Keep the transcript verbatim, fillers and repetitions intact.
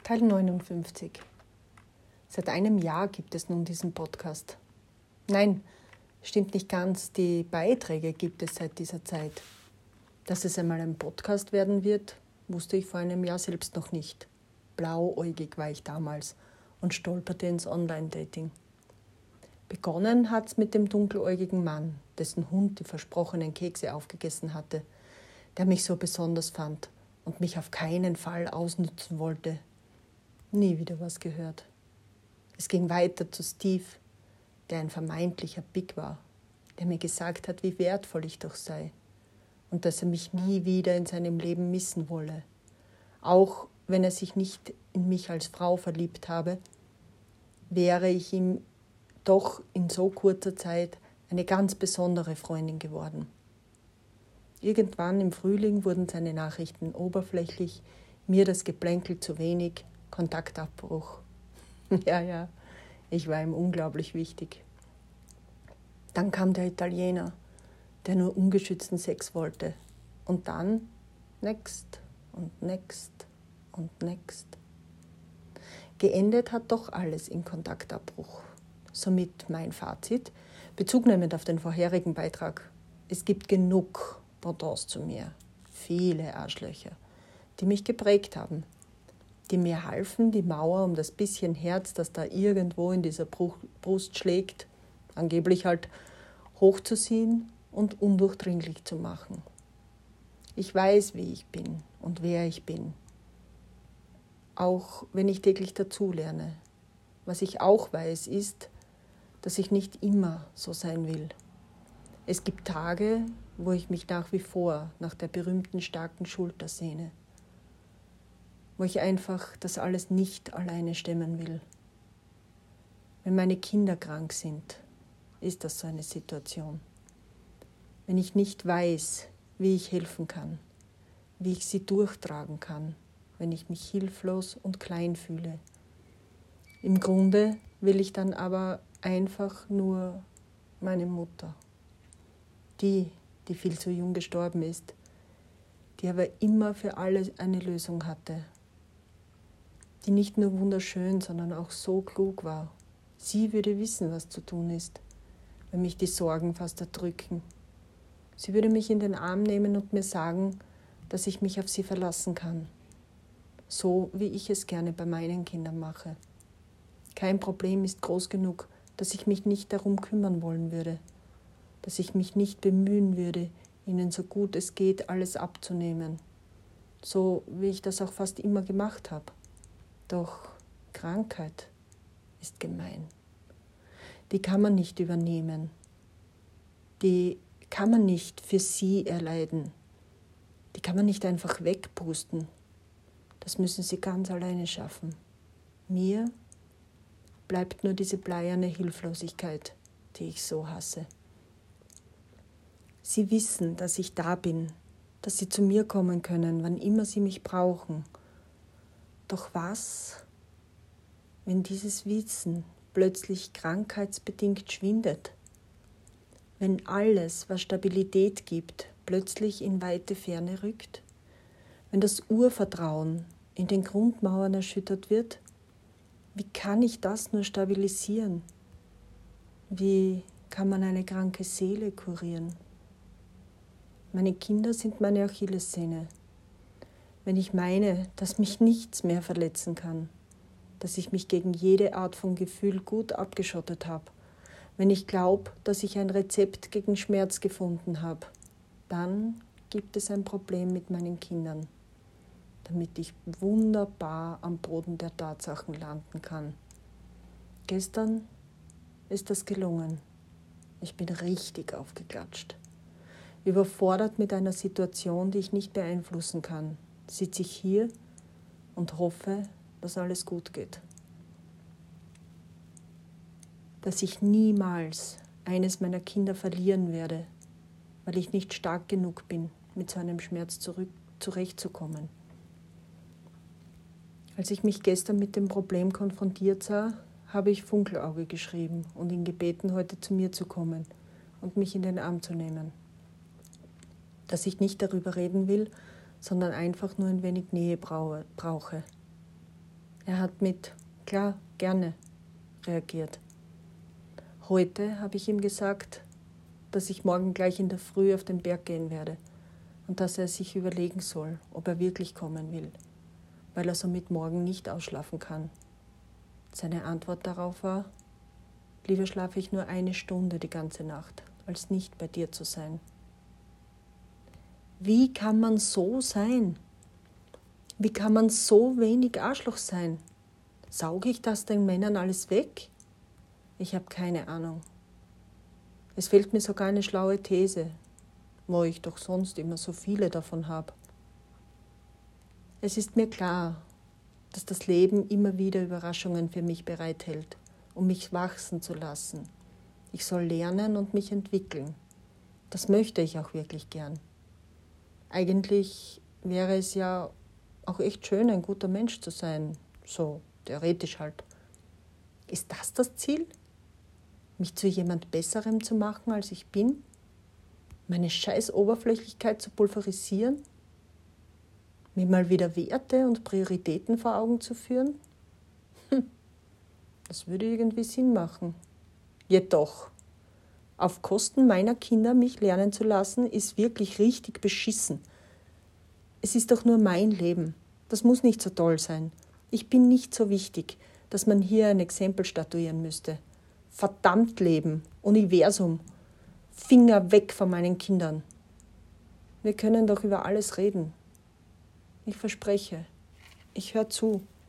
Teil neunundfünfzig. Seit einem Jahr gibt es nun diesen Podcast. Nein, stimmt nicht ganz, die Beiträge gibt es seit dieser Zeit. Dass es einmal ein Podcast werden wird, wusste ich vor einem Jahr selbst noch nicht. Blauäugig war ich damals und stolperte ins Online-Dating. Begonnen hat's mit dem dunkeläugigen Mann, dessen Hund die versprochenen Kekse aufgegessen hatte, der mich so besonders fand und mich auf keinen Fall ausnutzen wollte. Nie wieder was gehört. Es ging weiter zu Steve, der ein vermeintlicher Big war, der mir gesagt hat, wie wertvoll ich doch sei und dass er mich nie wieder in seinem Leben missen wolle. Auch wenn er sich nicht in mich als Frau verliebt habe, wäre ich ihm doch in so kurzer Zeit eine ganz besondere Freundin geworden. Irgendwann im Frühling wurden seine Nachrichten oberflächlich, mir das Geplänkel zu wenig, Kontaktabbruch. Ja, ja, ich war ihm unglaublich wichtig. Dann kam der Italiener, der nur ungeschützten Sex wollte. Und dann next und next und next. Geendet hat doch alles in Kontaktabbruch. Somit mein Fazit, bezugnehmend auf den vorherigen Beitrag. Es gibt genug Pendants zu mir, viele Arschlöcher, die mich geprägt haben, die mir halfen, die Mauer um das bisschen Herz, das da irgendwo in dieser Brust schlägt, angeblich halt hochzuziehen und undurchdringlich zu machen. Ich weiß, wie ich bin und wer ich bin, auch wenn ich täglich dazulerne. Was ich auch weiß, ist, dass ich nicht immer so sein will. Es gibt Tage, wo ich mich nach wie vor nach der berühmten starken Schulter sehne, wo ich einfach das alles nicht alleine stemmen will. Wenn meine Kinder krank sind, ist das so eine Situation. Wenn ich nicht weiß, wie ich helfen kann, wie ich sie durchtragen kann, wenn ich mich hilflos und klein fühle. Im Grunde will ich dann aber einfach nur meine Mutter. Die, die viel zu jung gestorben ist, die aber immer für alle eine Lösung hatte. Die nicht nur wunderschön, sondern auch so klug war. Sie würde wissen, was zu tun ist, wenn mich die Sorgen fast erdrücken. Sie würde mich in den Arm nehmen und mir sagen, dass ich mich auf sie verlassen kann. So, wie ich es gerne bei meinen Kindern mache. Kein Problem ist groß genug, dass ich mich nicht darum kümmern wollen würde, dass ich mich nicht bemühen würde, ihnen so gut es geht, alles abzunehmen. So, wie ich das auch fast immer gemacht habe. Doch Krankheit ist gemein. Die kann man nicht übernehmen. Die kann man nicht für sie erleiden. Die kann man nicht einfach wegpusten. Das müssen sie ganz alleine schaffen. Mir bleibt nur diese bleierne Hilflosigkeit, die ich so hasse. Sie wissen, dass ich da bin, dass sie zu mir kommen können, wann immer sie mich brauchen. Doch was, wenn dieses Wissen plötzlich krankheitsbedingt schwindet? Wenn alles, was Stabilität gibt, plötzlich in weite Ferne rückt? Wenn das Urvertrauen in den Grundmauern erschüttert wird? Wie kann ich das nur stabilisieren? Wie kann man eine kranke Seele kurieren? Meine Kinder sind meine Achillessehne. Wenn ich meine, dass mich nichts mehr verletzen kann, dass ich mich gegen jede Art von Gefühl gut abgeschottet habe, wenn ich glaube, dass ich ein Rezept gegen Schmerz gefunden habe, dann gibt es ein Problem mit meinen Kindern, damit ich wunderbar am Boden der Tatsachen landen kann. Gestern ist das gelungen. Ich bin richtig aufgeklatscht. Überfordert mit einer Situation, die ich nicht beeinflussen kann, sitze ich hier und hoffe, dass alles gut geht. Dass ich niemals eines meiner Kinder verlieren werde, weil ich nicht stark genug bin, mit so einem Schmerz zurück, zurechtzukommen. Als ich mich gestern mit dem Problem konfrontiert sah, habe ich Funkelauge geschrieben und ihn gebeten, heute zu mir zu kommen und mich in den Arm zu nehmen. Dass ich nicht darüber reden will, sondern einfach nur ein wenig Nähe brauche. Er hat mit klar, gerne reagiert. Heute habe ich ihm gesagt, dass ich morgen gleich in der Früh auf den Berg gehen werde und dass er sich überlegen soll, ob er wirklich kommen will, weil er somit morgen nicht ausschlafen kann. Seine Antwort darauf war: Lieber schlafe ich nur eine Stunde die ganze Nacht, als nicht bei dir zu sein. Wie kann man so sein? Wie kann man so wenig Arschloch sein? Sauge ich das den Männern alles weg? Ich habe keine Ahnung. Es fehlt mir sogar eine schlaue These, wo ich doch sonst immer so viele davon habe. Es ist mir klar, dass das Leben immer wieder Überraschungen für mich bereithält, um mich wachsen zu lassen. Ich soll lernen und mich entwickeln. Das möchte ich auch wirklich gern. Eigentlich wäre es ja auch echt schön, ein guter Mensch zu sein, so theoretisch halt. Ist das das Ziel? Mich zu jemand Besserem zu machen, als ich bin? Meine scheiß Oberflächlichkeit zu pulverisieren? Mir mal wieder Werte und Prioritäten vor Augen zu führen? Hm, das würde irgendwie Sinn machen. Jedoch, auf Kosten meiner Kinder mich lernen zu lassen, ist wirklich richtig beschissen. Es ist doch nur mein Leben. Das muss nicht so toll sein. Ich bin nicht so wichtig, dass man hier ein Exempel statuieren müsste. Verdammt Leben, Universum, Finger weg von meinen Kindern. Wir können doch über alles reden. Ich verspreche, ich höre zu.